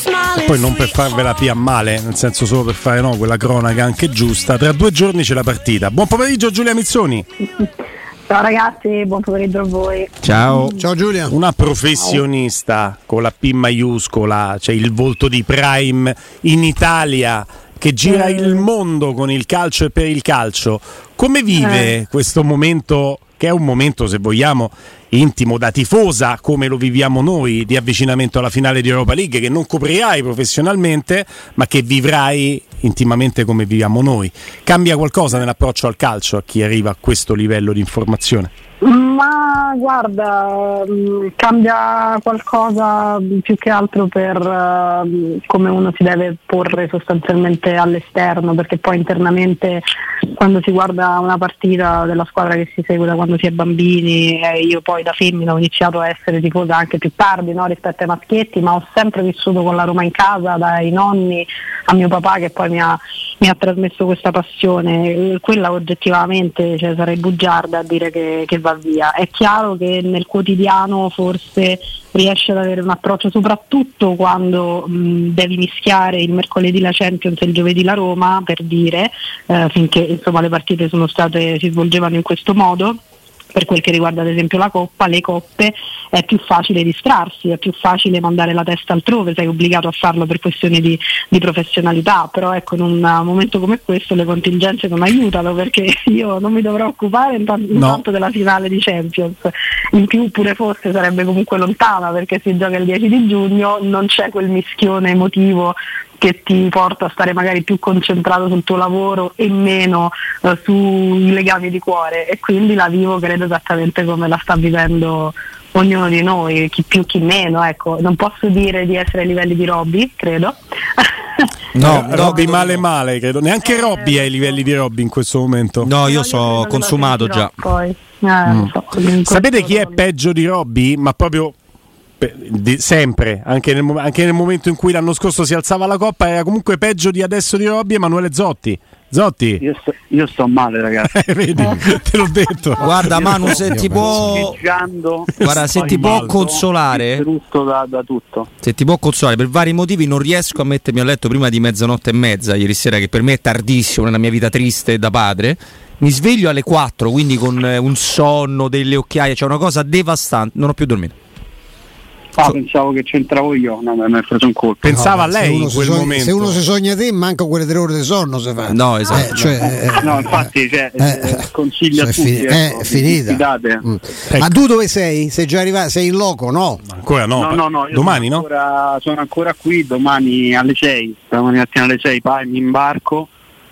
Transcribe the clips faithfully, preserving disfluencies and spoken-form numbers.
E poi non per farvela più a male, nel senso solo per fare no, quella cronaca anche giusta. Tra due giorni c'è la partita. Buon pomeriggio Giulia Mizzoni. Ciao ragazzi, buon pomeriggio a voi. Ciao. Ciao Giulia. Una professionista con la P maiuscola, c'è il volto di Prime in Italia che gira eh. il mondo con il calcio e per il calcio. Come vive eh. questo momento, che è un momento, se vogliamo, intimo da tifosa, come lo viviamo noi, di avvicinamento alla finale di Europa League, che non coprirai professionalmente, ma che vivrai intimamente come viviamo noi? Cambia qualcosa nell'approccio al calcio a chi arriva a questo livello di informazione? Ma guarda, cambia qualcosa più che altro per uh, come uno si deve porre sostanzialmente all'esterno, perché poi internamente quando si guarda una partita della squadra che si segue da quando si è bambini, e io poi da femmina ho iniziato a essere tifosa anche più tardi, no, rispetto ai maschietti, ma ho sempre vissuto con la Roma in casa, dai nonni a mio papà che poi mi ha, mi ha trasmesso questa passione. Quella oggettivamente, cioè, sarei bugiarda a dire che, che va via. È chiaro che nel quotidiano forse riesce ad avere un approccio, soprattutto quando mh, devi mischiare il mercoledì la Champions e il giovedì la Roma, per dire, eh, finché insomma le partite sono state, si svolgevano in questo modo. Per quel che riguarda ad esempio la Coppa, le coppe, è più facile distrarsi, è più facile mandare la testa altrove, sei obbligato a farlo per questioni di, di professionalità, però ecco, in un momento come questo le contingenze non aiutano, perché io non mi dovrò occupare intanto, no. intanto della finale di Champions, in più pure fosse sarebbe comunque lontana perché si gioca il dieci di giugno, non c'è quel mischione emotivo che ti porta a stare magari più concentrato sul tuo lavoro e meno uh, sui legami di cuore, e quindi la vivo credo esattamente come la sta vivendo ognuno di noi, chi più chi meno, ecco. Non posso dire di essere ai livelli di Robby, credo. No, no, Robby male male, credo. Neanche eh, Robby è ai livelli di Robby in questo momento. No, io so consumato già. Poi. Eh, mm. so, Sapete chi è peggio di Robby? Ma proprio Di, sempre, anche nel, anche nel momento in cui l'anno scorso si alzava la coppa, era comunque peggio di adesso di Robby, Emanuele Zotti. Zotti, io sto, io sto male, ragazzi. Vedi, te l'ho detto. Guarda Manu, se ti può guarda, se ti può consolare da, da tutto. Se ti può consolare, per vari motivi non riesco a mettermi a letto prima di mezzanotte e mezza ieri sera, che per me è tardissimo nella mia vita triste da padre. Mi sveglio alle quattro, quindi con un sonno, delle occhiaie, cioè una cosa devastante, non ho più dormito. Ah, pensavo che c'entravo io, no, mi hai preso un colpo. Pensava no, lei in quel sogna, momento. Se uno si sogna te, manca quelle tre ore di sonno se fa. No, esatto. Eh, cioè, eh, no, infatti, cioè, eh, consiglio cioè, a tutti. È ecco, finita. Mm. Ecco. Ma tu dove sei? Sei già arrivato? Sei in loco? No? Ancora no. No, no, no. Domani sono ancora, no? Sono ancora qui. Domani alle sei. Domani mattina alle sei poi mi imbarco.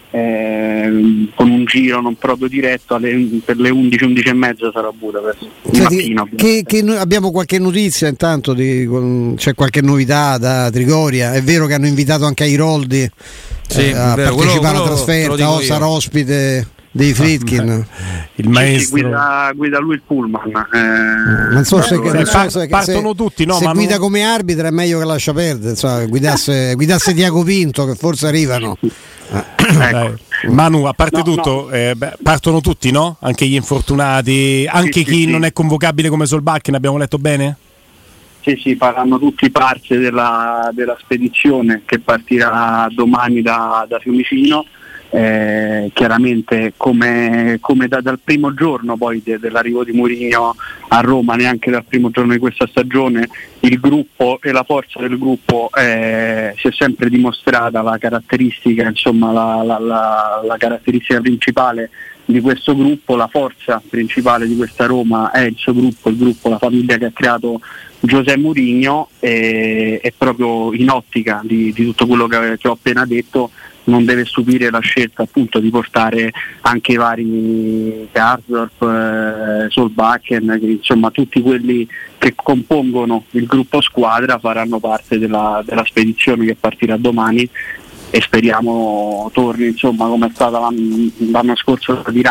Eh, con un giro non proprio diretto alle, per le undici undici e mezza sarà a Budapest. Senti, che, che noi abbiamo qualche notizia intanto di, c'è qualche novità da Trigoria? È vero che hanno invitato anche Airoldi sì, eh, a vero, partecipare quello, alla trasferta o sarà ospite dei Friedkin, il maestro sì, guida, guida lui il pullman, eh, non so se, allora, non so se partono se, tutti, no, se ma guida non... come arbitra è meglio che lascia perdere, insomma, guidasse, guidasse Tiago Pinto, che forse arrivano. Ecco. Manu, a parte no, tutto, no. Eh, beh, partono tutti, no? Anche gli infortunati, anche sì, chi sì, non sì. è convocabile come Solbakken, abbiamo letto bene? Sì, sì, faranno tutti parte della, della spedizione che partirà domani da, da Fiumicino. Eh, chiaramente come, come da, dal primo giorno poi de, dell'arrivo di Mourinho a Roma, neanche dal primo giorno di questa stagione, il gruppo e la forza del gruppo eh, si è sempre dimostrata la caratteristica, insomma la, la, la, la caratteristica principale di questo gruppo, la forza principale di questa Roma è il suo gruppo, il gruppo, la famiglia che ha creato José Mourinho, e, e proprio in ottica di, di tutto quello che, che ho appena detto non deve stupire la scelta appunto di portare anche i vari Karsdorp, eh, Solbakken, che insomma tutti quelli che compongono il gruppo squadra faranno parte della, della spedizione che partirà domani, e speriamo torni insomma come è stata l'anno, l'anno scorso da Tirano.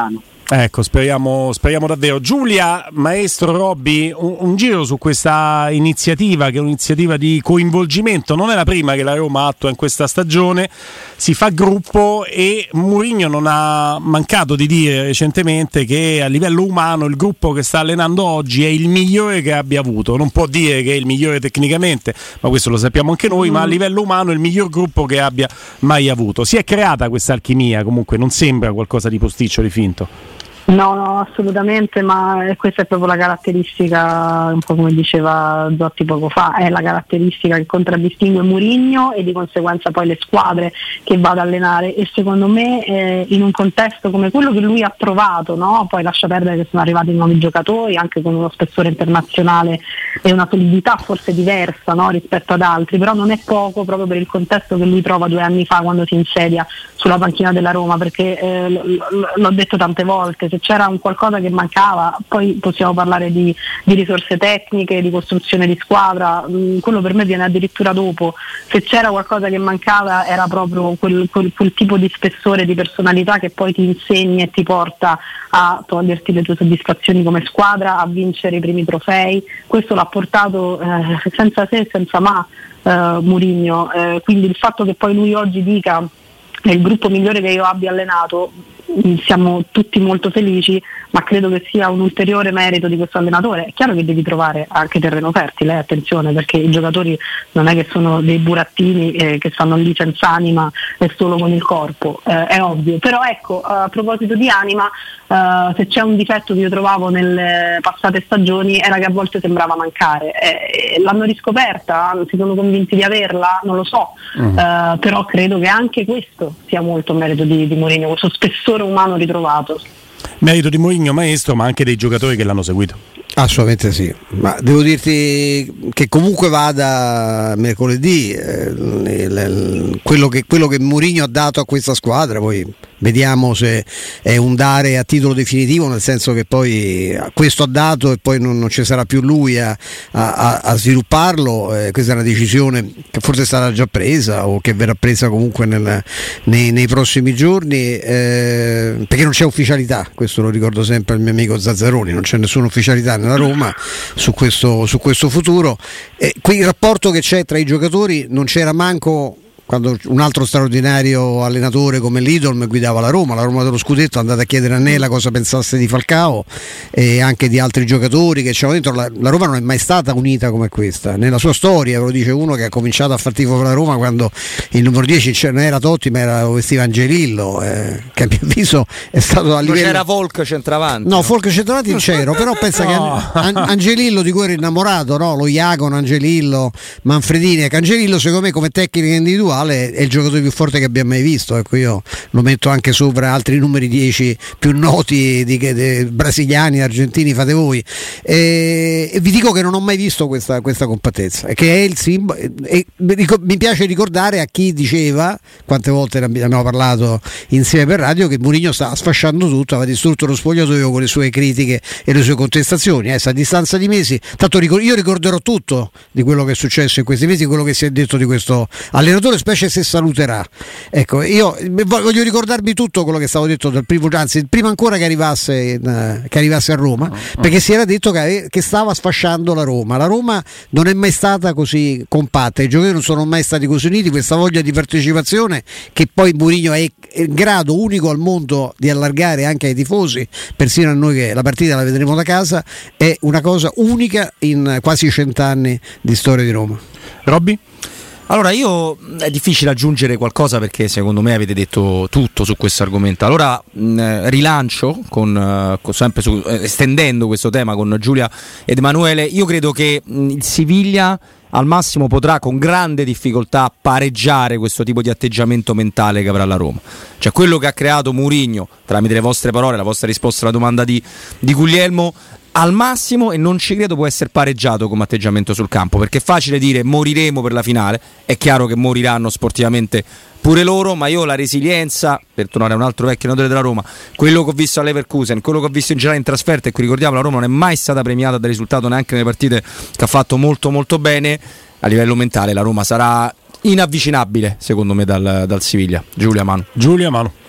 Ecco, speriamo, speriamo davvero. Giulia, maestro Robby, un, un giro su questa iniziativa che è un'iniziativa di coinvolgimento, non è la prima che la Roma attua in questa stagione, si fa gruppo e Mourinho non ha mancato di dire recentemente che a livello umano il gruppo che sta allenando oggi è il migliore che abbia avuto, non può dire che è il migliore tecnicamente, ma questo lo sappiamo anche noi, mm. ma a livello umano è il miglior gruppo che abbia mai avuto. Si è creata questa alchimia, comunque non sembra qualcosa di posticcio, di finto. No, no, assolutamente, ma questa è proprio la caratteristica, un po' come diceva Zotti poco fa, è la caratteristica che contraddistingue Mourinho e di conseguenza poi le squadre che va ad allenare, e secondo me eh, in un contesto come quello che lui ha trovato, no? Poi lascia perdere che sono arrivati nuovi giocatori anche con uno spessore internazionale e una solidità forse diversa, no? rispetto ad altri, però non è poco proprio per il contesto che lui trova due anni fa quando si insedia sulla panchina della Roma, perché eh, l- l- l'ho detto tante volte, se c'era un qualcosa che mancava, poi possiamo parlare di, di risorse tecniche, di costruzione di squadra, mh, quello per me viene addirittura dopo. Se c'era qualcosa che mancava era proprio quel, quel, quel tipo di spessore, di personalità che poi ti insegna e ti porta a toglierti le tue soddisfazioni come squadra, a vincere i primi trofei. Questo l'ha portato eh, senza se e senza ma eh, Mourinho, eh, quindi il fatto che poi lui oggi dica è il gruppo migliore che io abbia allenato, siamo tutti molto felici, ma credo che sia un ulteriore merito di questo allenatore. È chiaro che devi trovare anche terreno fertile, eh, attenzione, perché i giocatori non è che sono dei burattini eh, che stanno lì senza anima e solo con il corpo, eh, è ovvio. Però ecco, a proposito di anima, eh, se c'è un difetto che io trovavo nelle passate stagioni era che a volte sembrava mancare, eh, l'hanno riscoperta, si sono convinti di averla, non lo so, mm. eh, però credo che anche questo sia molto merito di, di Mourinho, questo spessore umano ritrovato. Merito di Mourinho, maestro, ma anche dei giocatori che l'hanno seguito. Assolutamente sì, ma devo dirti che comunque vada mercoledì eh, quello che, quello che Mourinho ha dato a questa squadra, poi vediamo se è un dare a titolo definitivo, nel senso che poi questo ha dato e poi non, non ci sarà più lui a, a, a svilupparlo, eh, questa è una decisione che forse è stata già presa o che verrà presa comunque nel, nei, nei prossimi giorni, eh, perché non c'è ufficialità, questo lo ricordo sempre al mio amico Zazzaroni, non c'è nessuna ufficialità nella Roma su questo, su questo futuro, e qui il rapporto che c'è tra i giocatori non c'era manco quando un altro straordinario allenatore come Lidl guidava la Roma, la Roma dello scudetto, è andata a chiedere a Nella cosa pensasse di Falcao e anche di altri giocatori che c'erano dentro. La, la Roma non è mai stata unita come questa nella sua storia, ve lo dice uno che ha cominciato a far tifo per la Roma quando il numero dieci non era Totti ma era vestiva Angelillo, eh, che a mio avviso è stato a livello... Non c'era Folk centravanti. No, Folk centravanti c'ero, però pensa no. che An- Angelillo di cui ero innamorato, no? Lo Iacono, Angelillo, Manfredini, che Angelillo secondo me come tecnica individuale è il giocatore più forte che abbiamo mai visto, ecco, io lo metto anche sopra altri numeri dieci più noti di, di, di brasiliani, argentini, fate voi, e, e vi dico che non ho mai visto questa, questa compattezza, che è il simbolo, e mi piace ricordare a chi diceva, quante volte ne abbiamo parlato insieme per radio, che Mourinho stava sfasciando tutto, aveva distrutto lo spogliatoio con le sue critiche e le sue contestazioni, eh, a distanza di mesi, tanto io ricorderò tutto di quello che è successo in questi mesi, quello che si è detto di questo allenatore, specie se saluterà. Ecco, io voglio ricordarmi tutto quello che stavo detto dal primo, anzi prima ancora che arrivasse, in, che arrivasse a Roma, perché si era detto che, che stava sfasciando la Roma. La Roma non è mai stata così compatta, i giocatori non sono mai stati così uniti, questa voglia di partecipazione che poi Mourinho è in grado unico al mondo di allargare anche ai tifosi, persino a noi che la partita la vedremo da casa, è una cosa unica in quasi cent'anni di storia di Roma. Robby? Allora, io è difficile aggiungere qualcosa perché secondo me avete detto tutto su questo argomento. Allora mh, rilancio con, con sempre su, eh, estendendo questo tema con Giulia ed Emanuele. Io credo che mh, il Siviglia al massimo potrà con grande difficoltà pareggiare questo tipo di atteggiamento mentale che avrà la Roma. Cioè quello che ha creato Mourinho, tramite le vostre parole, la vostra risposta alla domanda di, di Guglielmo, al massimo, e non ci credo, può essere pareggiato come atteggiamento sul campo, perché è facile dire moriremo per la finale, è chiaro che moriranno sportivamente pure loro, ma io la resilienza, per tornare a un altro vecchio allenatore della Roma, quello che ho visto a Leverkusen, quello che ho visto in generale in trasferta, e qui ricordiamo la Roma non è mai stata premiata dal risultato neanche nelle partite che ha fatto molto molto bene, a livello mentale la Roma sarà inavvicinabile secondo me dal, dal Siviglia. Giulia, Manu. Giulia, Manu.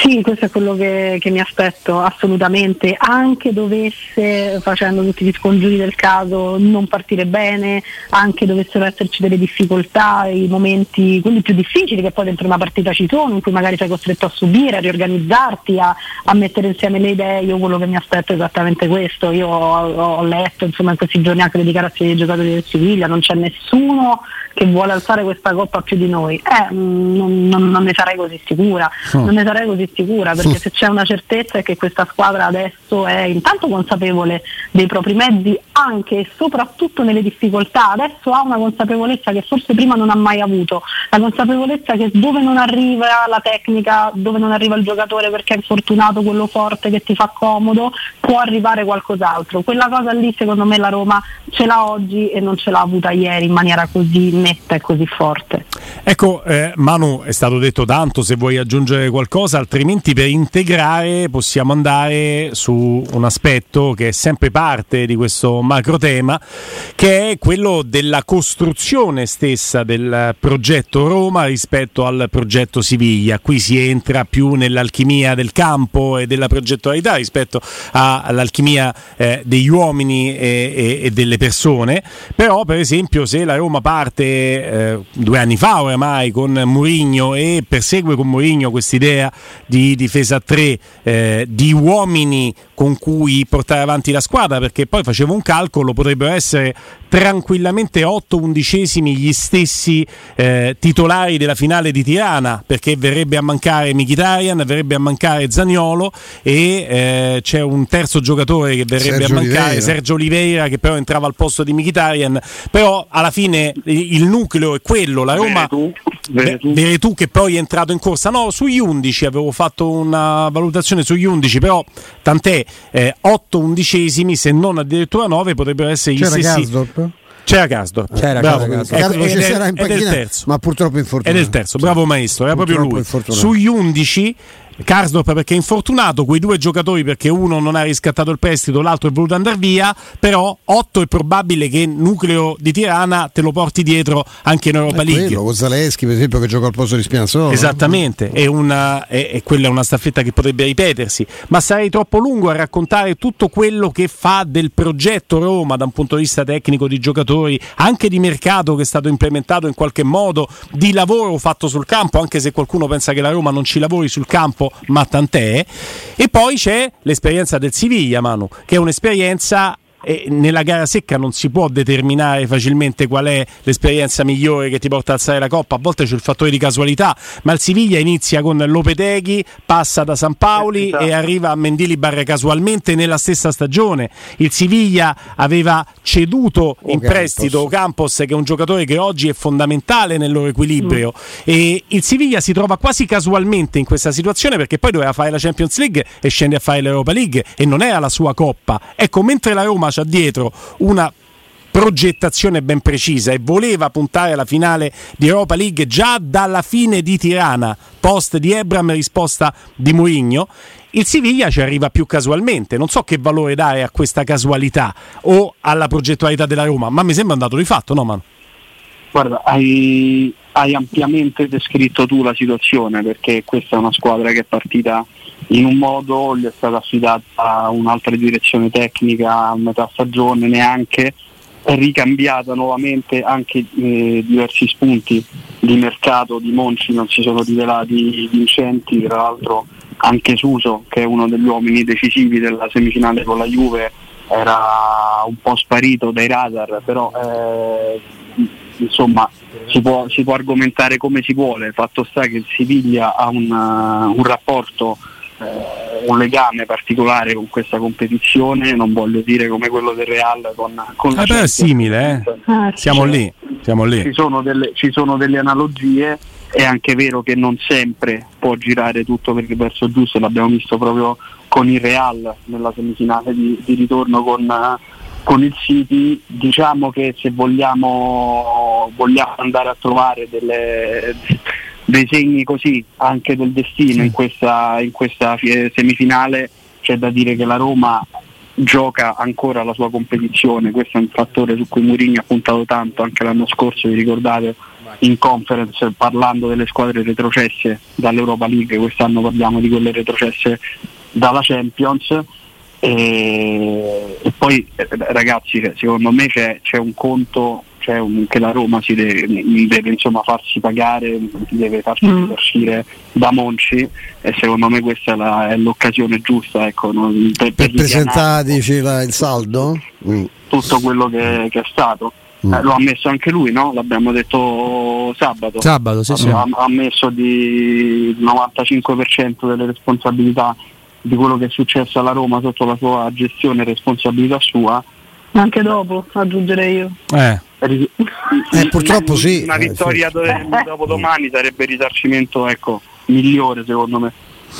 Sì, questo è quello che, che mi aspetto assolutamente, anche dovesse, facendo tutti gli scongiuri del caso, non partire bene, anche dovessero esserci delle difficoltà, i momenti quelli più difficili che poi dentro una partita ci sono, in cui magari sei costretto a subire, a riorganizzarti, a, a mettere insieme le idee. Io quello che mi aspetto è esattamente questo. Io ho, ho letto insomma in questi giorni anche le dichiarazioni dei giocatori del Siviglia, non c'è nessuno che vuole alzare questa coppa più di noi. Eh, non, non, non ne sarei così sicura, oh. non ne sarei così sicura perché se c'è una certezza è che questa squadra adesso è intanto consapevole dei propri mezzi, anche e soprattutto nelle difficoltà. Adesso ha una consapevolezza che forse prima non ha mai avuto, la consapevolezza che dove non arriva la tecnica, dove non arriva il giocatore perché è infortunato, quello forte che ti fa comodo, può arrivare qualcos'altro. Quella cosa lì secondo me la Roma ce l'ha oggi e non ce l'ha avuta ieri in maniera così netta e così forte. Ecco, eh, Manu, è stato detto tanto, se vuoi aggiungere qualcosa, altrimenti per integrare possiamo andare su un aspetto che è sempre parte di questo macro tema, che è quello della costruzione stessa del progetto Roma rispetto al progetto Siviglia. Qui si entra più nell'alchimia del campo e della progettualità rispetto a, all'alchimia eh, degli uomini e, e, e delle persone. Però per esempio se la Roma parte eh, due anni fa oramai con Mourinho e persegue con Mourinho quest'idea di difesa a tre, eh, di uomini con cui portare avanti la squadra, perché poi facevo un calcolo, potrebbero essere tranquillamente otto undicesimi gli stessi eh, titolari della finale di Tirana, perché verrebbe a mancare Mkhitaryan, verrebbe a mancare Zaniolo e eh, c'è un terzo giocatore che verrebbe Sergio a mancare, Oliveira. Sergio Oliveira, che però entrava al posto di Mkhitaryan. Però alla fine il nucleo è quello, la Roma Veretù, Veretù che poi è entrato in corsa, no, sugli undici avevo fatto una valutazione sugli undici, però tant'è, eh, otto undicesimi, se non addirittura nove, potrebbero essere gli C'era stessi. Gasdorp? C'era Gasdorp, c'era bravo, Gasdorp. ecco, Gasdorp ed, ci sarà è, in ed è il panchina, terzo, ma purtroppo infortunato. ed è il terzo, bravo maestro, era proprio lui. Infortunato. Sugli undici Karsdorp perché è infortunato, quei due giocatori perché uno non ha riscattato il prestito, l'altro è voluto andare via, però otto è probabile che il nucleo di Tirana te lo porti dietro anche in Europa League. Quello, con Zaleschi per esempio che gioca al posto di Spinazzola. Esattamente, è una, è, è quella è una staffetta che potrebbe ripetersi, ma sarei troppo lungo a raccontare tutto quello che fa del progetto Roma da un punto di vista tecnico, di giocatori, anche di mercato che è stato implementato in qualche modo, di lavoro fatto sul campo, anche se qualcuno pensa che la Roma non ci lavori sul campo, ma tant'è. E poi c'è l'esperienza del Siviglia, Manu, che è un'esperienza e nella gara secca non si può determinare facilmente qual è l'esperienza migliore che ti porta a alzare la coppa, a volte c'è il fattore di casualità, ma il Siviglia inizia con Lopetegui, passa da San Paoli esatto. e arriva a Mendilibar casualmente nella stessa stagione. Il Siviglia aveva ceduto oh, in Campos. prestito Campos, che è un giocatore che oggi è fondamentale nel loro equilibrio, mm. e il Siviglia si trova quasi casualmente in questa situazione perché poi doveva fare la Champions League e scende a fare l'Europa League e non era la sua coppa. Ecco, mentre la Roma c'ha dietro una progettazione ben precisa e voleva puntare alla finale di Europa League già dalla fine di Tirana, post di Ebram, risposta di Mourinho, il Siviglia ci arriva più casualmente. Non so che valore dare a questa casualità o alla progettualità della Roma, ma mi sembra un dato di fatto, no Manu? Guarda, hai, hai ampiamente descritto tu la situazione, perché questa è una squadra che è partita in un modo, gli è stata affidata un'altra direzione tecnica a metà stagione, neanche è ricambiata nuovamente, anche eh, diversi spunti di mercato di Monchi non si sono rivelati vincenti, tra l'altro anche Suso, che è uno degli uomini decisivi della semifinale con la Juve, era un po' sparito dai radar, però eh, insomma si può, si può argomentare come si vuole. Fatto sta che il Siviglia ha un, uh, un rapporto, uh, un legame particolare con questa competizione, non voglio dire come quello del Real con, con eh beh, è simile, eh? ah, siamo, cioè, lì, siamo lì ci sono delle, ci sono delle analogie. È anche vero che non sempre può girare tutto per il verso giusto, l'abbiamo visto proprio con il Real nella semifinale di, di ritorno con, uh, con il City. Diciamo che se vogliamo, vogliamo andare a trovare delle, dei segni così anche del destino in questa, in questa semifinale, c'è da dire che la Roma gioca ancora la sua competizione. Questo è un fattore su cui Mourinho ha puntato tanto anche l'anno scorso, vi ricordate, in conference parlando delle squadre retrocesse dall'Europa League, quest'anno parliamo di quelle retrocesse dalla Champions, e, e poi eh, ragazzi, secondo me c'è, c'è un conto, c'è un, che la Roma si deve, deve insomma farsi pagare, deve farsi mm. uscire da Monchi, e secondo me questa è, la, è l'occasione giusta, ecco, non, per, per presentare diceva il saldo mm. tutto quello che, che è stato. Mm. Eh, lo ha ammesso anche lui, no? L'abbiamo detto sabato. Sabato, sì, sì. Ha, ha ammesso di novantacinque per cento delle responsabilità di quello che è successo alla Roma sotto la sua gestione, responsabilità sua. Anche dopo, aggiungerei io. Eh. Eh, purtroppo sì. Una vittoria eh, sì. dove, dopo domani sarebbe il risarcimento, ecco, migliore secondo me.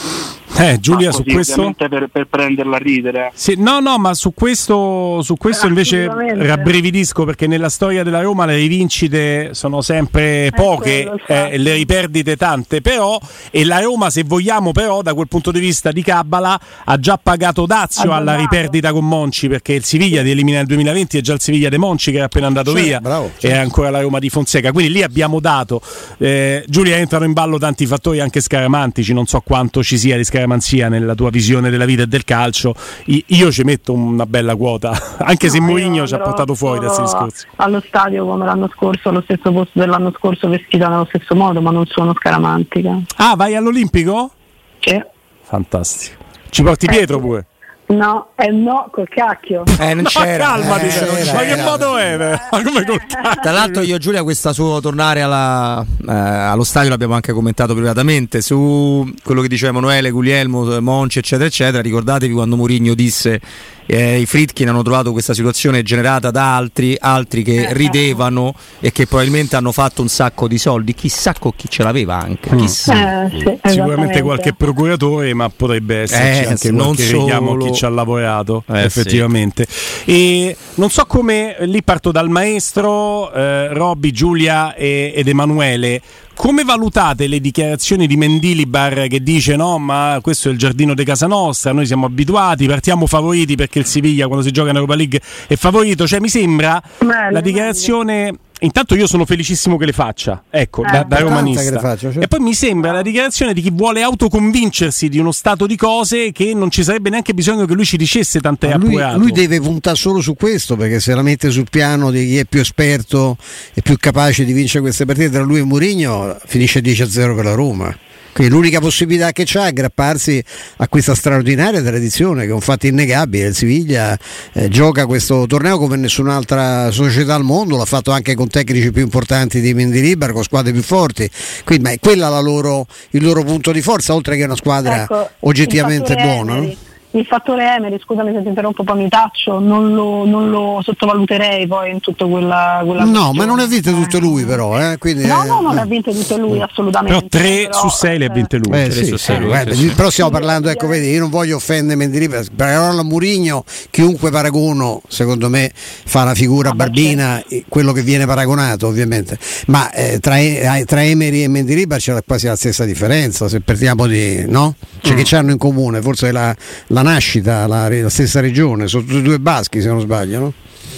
Eh, Giulia, ah, così, su questo per, per prenderla a ridere. sì, no no ma su questo su questo invece rabbrividisco, perché nella storia della Roma le rivincite sono sempre poche, eh, le riperdite tante, però, e la Roma, se vogliamo, però da quel punto di vista di Cabala ha già pagato dazio alla riperdita con Monchi, perché il Siviglia di elimina nel duemilaventi è già il Siviglia di Monchi che è appena andato sì, via, bravo, e è ancora la Roma di Fonseca, quindi lì abbiamo dato, eh, Giulia, entrano in ballo tanti fattori anche scaramantici, non so quanto ci sia di scaramanzia nella tua visione della vita e del calcio. Io ci metto una bella quota, anche no, se Mourinho ci ha portato fuori da questi discorsi. Allo stadio come l'anno scorso, allo stesso posto dell'anno scorso, vestita nello stesso modo, ma non sono scaramantica. Ah, vai all'Olimpico? Sì. Fantastico. Ci porti Pietro pure? No, eh no, col cacchio. Eh, non no, c'era. Calmati, eh, c'era, ma che era. modo è? Ma come col cacchio? Tra l'altro io e Giulia questa suo tornare alla, eh, allo stadio l'abbiamo anche commentato privatamente su quello che diceva Emanuele, Guglielmo, Monchi eccetera eccetera. Ricordatevi quando Mourinho disse eh, i Friedkin hanno trovato questa situazione generata da altri, altri che ridevano e che probabilmente hanno fatto un sacco di soldi, chissà con chi ce l'aveva anche, chissà. Eh, sì, sicuramente qualche procuratore, ma potrebbe esserci eh, anche non qualche richiamo a chi ci ha lavorato, eh, effettivamente sì. E non so come, lì parto dal maestro, eh, Robby, Giulia e, ed Emanuele, come valutate le dichiarazioni di Mendilibar che dice no, ma questo è il giardino di casa nostra, noi siamo abituati, partiamo favoriti perché il Siviglia quando si gioca in Europa League è favorito, cioè mi sembra Beh, la dichiarazione... Intanto io sono felicissimo che le faccia, ecco, eh, da, da romanista. Faccia, cioè. E poi mi sembra la dichiarazione di chi vuole autoconvincersi di uno stato di cose che non ci sarebbe neanche bisogno che lui ci dicesse, tant'è lui, appurato. Lui deve puntare solo su questo, perché se la mette sul piano di chi è più esperto e più capace di vincere queste partite tra lui e Mourinho, finisce dieci a zero per la Roma. Quindi l'unica possibilità che c'ha è aggrapparsi a questa straordinaria tradizione che è un fatto innegabile. Il Siviglia eh, gioca questo torneo come nessun'altra società al mondo, l'ha fatto anche con tecnici più importanti di Mendilibar, con squadre più forti, quindi ma è quella la loro, il loro punto di forza, oltre che una squadra ecco, oggettivamente buona, no? Il fattore Emery, scusami se ti interrompo, poi mi taccio, non lo, non lo sottovaluterei poi in tutto quella, quella no, questione. Ma non ha vinto tutto lui però, eh? Quindi, no, eh, no, non eh. ha vinto tutto lui, assolutamente. Però tre però, su sei le ha vinte lui. Eh, sì, sì, lui, guarda, sì. Però stiamo parlando, ecco, vedi, io non voglio offendere Mendilibar, però a Mourinho chiunque paragono, secondo me, fa una figura ah, barbina, certo. Quello che viene paragonato ovviamente, ma eh, tra, tra Emery e Mendilibar c'è quasi la stessa differenza, se parliamo di, no? Cioè mm. che c'hanno in comune, forse la, la nascita, la la stessa regione, sono tutti e due baschi se non sbaglio, no?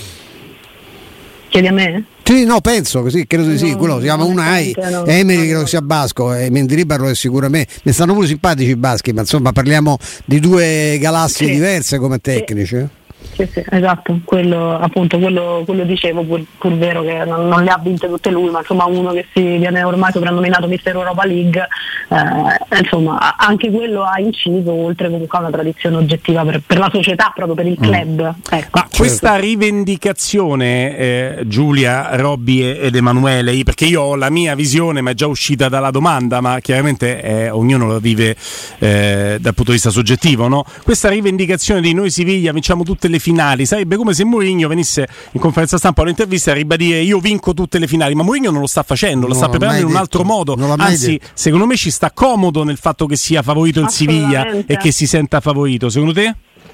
Chiedi a me? Sì, no, penso così, credo di sì, no, quello si chiama Unai, no, Emery credo sia basco e Mendilibar lo è sicuramente, mi stanno pure simpatici i baschi, ma insomma parliamo di due galassie sì. diverse come tecnici. Sì. Sì, sì, esatto, quello appunto quello, quello dicevo, pur, pur vero che non, non le ha vinte tutte lui, ma insomma uno che si viene ormai soprannominato mister Europa League, eh, insomma anche quello ha inciso, oltre comunque a una tradizione oggettiva per, per la società, proprio per il club. Mm. Ecco. Ma questa rivendicazione, eh, Giulia, Robby ed Emanuele, perché io ho la mia visione, ma è già uscita dalla domanda, ma chiaramente eh, ognuno la vive eh, dal punto di vista soggettivo, no? Questa rivendicazione di noi Siviglia vinciamo tutte le finali, sarebbe come se Mourinho venisse in conferenza stampa o all'intervista a ribadire io vinco tutte le finali, ma Mourinho non lo sta facendo, lo sta preparando in un altro modo, anzi secondo me ci sta comodo nel fatto che sia favorito il Siviglia e che si senta favorito, secondo te?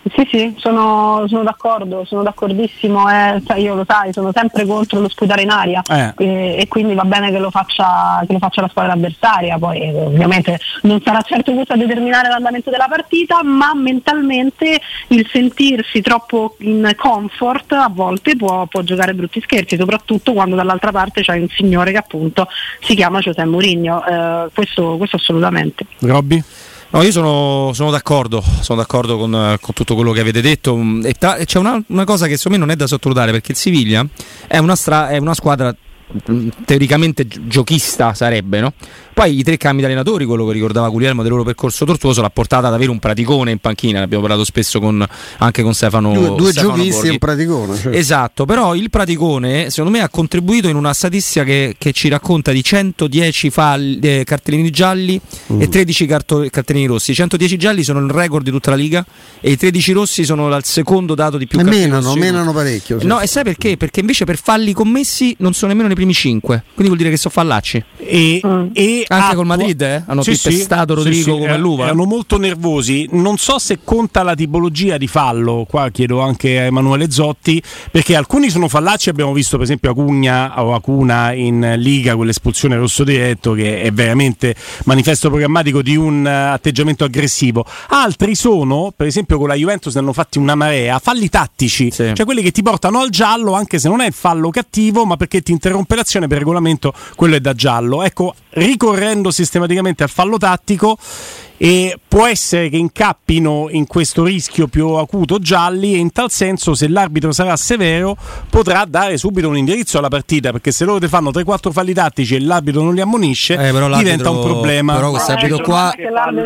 Sì, sì, sono, sono d'accordo, sono d'accordissimo, eh, cioè io lo sai, sono sempre contro lo sputare in aria eh. e, e quindi va bene che lo faccia che lo faccia la squadra avversaria, poi eh, ovviamente non sarà certo questo a determinare l'andamento della partita, ma mentalmente il sentirsi troppo in comfort a volte può, può giocare brutti scherzi, soprattutto quando dall'altra parte c'è un signore che appunto si chiama José Mourinho, eh, questo, questo assolutamente. Robby? No, io sono, sono d'accordo, sono d'accordo con, con tutto quello che avete detto. E tra, c'è una, una cosa che secondo me non è da sottovalutare, perché il Siviglia è una, stra, è una squadra teoricamente giochista, sarebbe, no? Poi i tre cambi di allenatori, quello che ricordava Guglielmo del loro percorso tortuoso, l'ha portata ad avere un praticone in panchina, ne abbiamo parlato spesso con, anche con Stefano due, due Stefano giochisti Borghi. e un praticone, cioè. Esatto, però il praticone secondo me ha contribuito in una statistica che, che ci racconta di centodieci falli, eh, cartellini gialli mm. e tredici carto, cartellini rossi. I centodieci gialli sono il record di tutta la Liga e i tredici rossi sono il secondo dato di più e cartellini menano, rossi. menano parecchio, sì. No, e sai perché? Perché invece per falli commessi non sono nemmeno nei primi cinque, quindi vuol dire che sono fallacci. E, mm. e anche attua- col Madrid eh? hanno sì, pestato sì, Rodrigo sì, come eh, l'uva. Erano molto nervosi. Non so se conta la tipologia di fallo. Qua chiedo anche a Emanuele Zotti, perché alcuni sono fallacci. Abbiamo visto per esempio Acugna o Acuna in Liga, quell'espulsione rosso diretto che è veramente manifesto programmatico di un atteggiamento aggressivo. Altri sono, per esempio con la Juventus ne hanno fatti una marea, falli tattici, sì. Cioè quelli che ti portano al giallo anche se non è il fallo cattivo, ma perché ti interrompe l'azione, per regolamento quello è da giallo. Ecco, ricorrendo sistematicamente al fallo tattico, e può essere che incappino in questo rischio più acuto gialli, e in tal senso se l'arbitro sarà severo potrà dare subito un indirizzo alla partita, perché se loro ti fanno tre quattro falli tattici e l'arbitro non li ammonisce eh, diventa un problema. Però quest'arbitro qua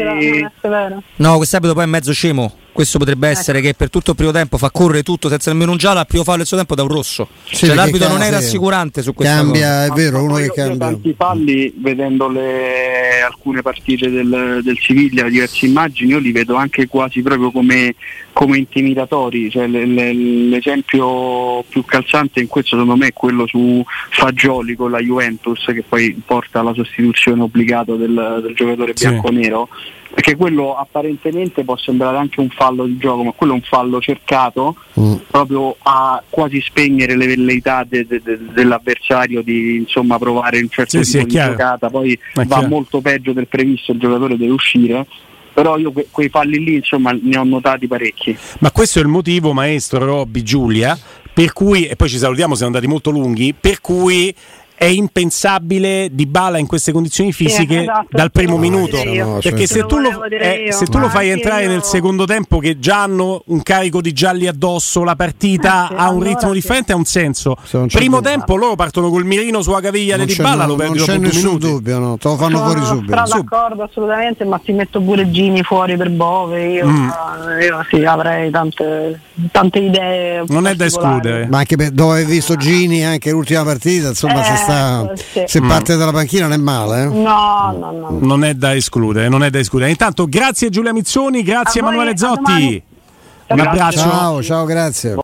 no, quest'arbitro poi è mezzo scemo. Questo potrebbe essere ecco. Che per tutto il primo tempo fa correre tutto senza nemmeno un giallo, al primo fallo del suo tempo da un rosso. Sì, cioè l'arbitro non è rassicurante su questa cambia, cosa. È vero, uno che cambia. Tanti falli, vedendo le, alcune partite del, del Siviglia, diverse immagini, io li vedo anche quasi proprio come, come intimidatori. Cioè, le, le, l'esempio più calzante in questo secondo me è quello su Fagioli con la Juventus, che poi porta alla sostituzione obbligata del, del giocatore bianconero. Sì. Perché quello apparentemente può sembrare anche un fallo di gioco, ma quello è un fallo cercato mm. proprio a quasi spegnere le velleità de, de, de, dell'avversario di insomma provare un certo sì, tipo sì, di giocata, poi è va chiaro. Molto peggio del previsto, il giocatore deve uscire. Però io que- quei falli lì insomma ne ho notati parecchi. Ma questo è il motivo, maestro Robby, Giulia, per cui, e poi ci salutiamo, siamo andati molto lunghi, per cui è impensabile Dybala in queste condizioni fisiche, sì, esatto, dal primo minuto, no, perché se tu, lo, eh, se tu lo fai entrare io... nel secondo tempo che già hanno un carico di gialli addosso, la partita eh, sì, ha un ritmo sì. differente, ha un senso. Primo tempo loro partono col mirino sulla caviglia di Dybala, lo perdi dopo due minuti. Dubbio, no? Te lo fanno fuori subito. Sono d'accordo assolutamente, ma ti metto pure Gini fuori per Bove, io, mm. io sì, avrei tante, tante idee. Non è da escludere. Ma anche per, dopo aver visto Gini anche l'ultima partita, insomma, eh, se sta, sì. se parte dalla panchina non è male. Eh? No, no, no. Non è da escludere, non è da escludere. Intanto grazie Giulia Mizzoni, grazie a Emanuele Zotti. Un abbraccio. Ciao, ciao, grazie.